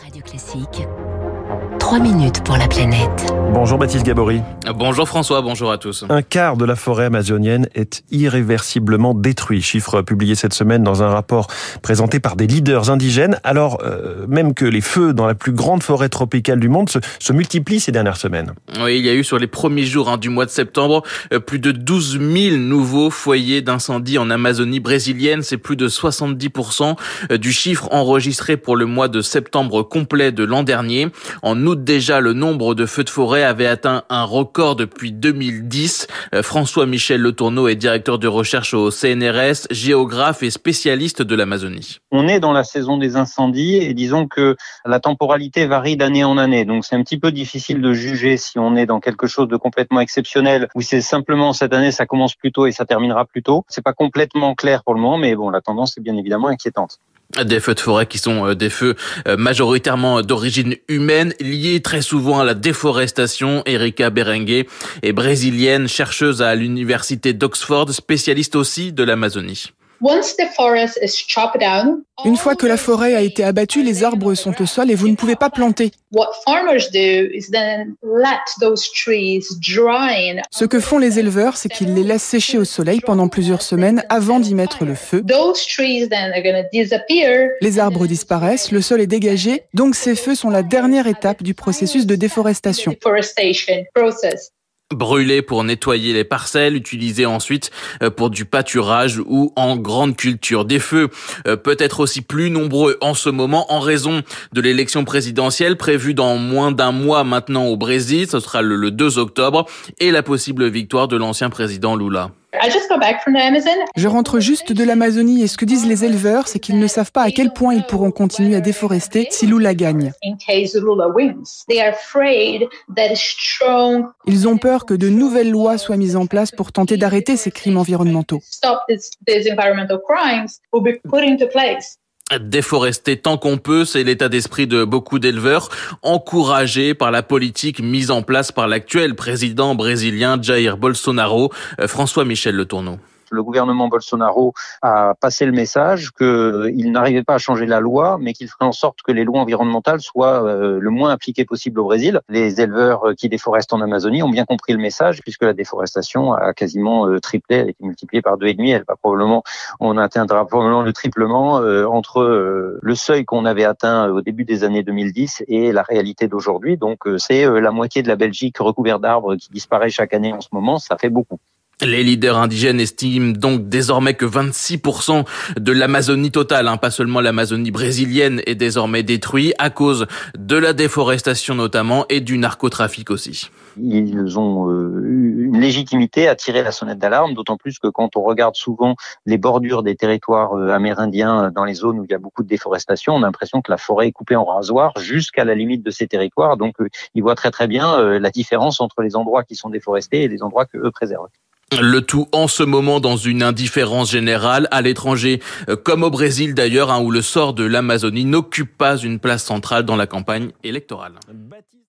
Radio Classique, 3 minutes pour la planète. Bonjour Baptiste Gabory. Bonjour François, bonjour à tous. Un quart de la forêt amazonienne est irréversiblement détruit. Chiffre publié cette semaine dans un rapport présenté par des leaders indigènes. Alors, même que les feux dans la plus grande forêt tropicale du monde se multiplient ces dernières semaines. Oui, il y a eu sur les premiers jours du mois de septembre plus de 12 000 nouveaux foyers d'incendie en Amazonie brésilienne. C'est plus de 70% du chiffre enregistré pour le mois de septembre complet de l'an dernier. En août déjà, le nombre de feux de forêt avait atteint un record depuis 2010. François-Michel Le Tourneau est directeur de recherche au CNRS, géographe et spécialiste de l'Amazonie. On est dans la saison des incendies et disons que la temporalité varie d'année en année. Donc c'est un petit peu difficile de juger si on est dans quelque chose de complètement exceptionnel ou c'est simplement cette année ça commence plus tôt et ça terminera plus tôt. C'est pas complètement clair pour le moment, mais bon, la tendance est bien évidemment inquiétante. Des feux de forêt qui sont des feux majoritairement d'origine humaine, liés très souvent à la déforestation. Erika Berenguer est brésilienne, chercheuse à l'université d'Oxford, spécialiste aussi de l'Amazonie. Une fois que la forêt a été abattue, les arbres sont au sol et vous ne pouvez pas planter. Ce que font les éleveurs, c'est qu'ils les laissent sécher au soleil pendant plusieurs semaines avant d'y mettre le feu. Les arbres disparaissent, le sol est dégagé, donc ces feux sont la dernière étape du processus de déforestation. Brûler pour nettoyer les parcelles, utilisés ensuite pour du pâturage ou en grande culture. Des feux peut-être aussi plus nombreux en ce moment en raison de l'élection présidentielle prévue dans moins d'un mois maintenant au Brésil. Ce sera le 2 octobre et la possible victoire de l'ancien président Lula. Je rentre juste de l'Amazonie et ce que disent les éleveurs, c'est qu'ils ne savent pas à quel point ils pourront continuer à déforester si Lula gagne. Ils ont peur que de nouvelles lois soient mises en place pour tenter d'arrêter ces crimes environnementaux. Déforester tant qu'on peut, c'est l'état d'esprit de beaucoup d'éleveurs, encouragés par la politique mise en place par l'actuel président brésilien Jair Bolsonaro. François-Michel Le Tourneau. Le gouvernement Bolsonaro a passé le message qu'il n'arrivait pas à changer la loi, mais qu'il ferait en sorte que les lois environnementales soient le moins appliquées possible au Brésil. Les éleveurs qui déforestent en Amazonie ont bien compris le message, puisque la déforestation a quasiment triplé, elle a été multipliée par 2,5. On atteindra probablement le triplement entre le seuil qu'on avait atteint au début des années 2010 et la réalité d'aujourd'hui. Donc c'est la moitié de la Belgique recouverte d'arbres qui disparaît chaque année en ce moment, ça fait beaucoup. Les leaders indigènes estiment donc désormais que 26% de l'Amazonie totale, pas seulement l'Amazonie brésilienne, est désormais détruite à cause de la déforestation notamment et du narcotrafic aussi. Ils ont eu une légitimité à tirer la sonnette d'alarme, d'autant plus que quand on regarde souvent les bordures des territoires amérindiens dans les zones où il y a beaucoup de déforestation, on a l'impression que la forêt est coupée en rasoir jusqu'à la limite de ces territoires. Donc ils voient très très bien la différence entre les endroits qui sont déforestés et les endroits que eux préservent. Le tout en ce moment dans une indifférence générale à l'étranger, comme au Brésil d'ailleurs, où le sort de l'Amazonie n'occupe pas une place centrale dans la campagne électorale.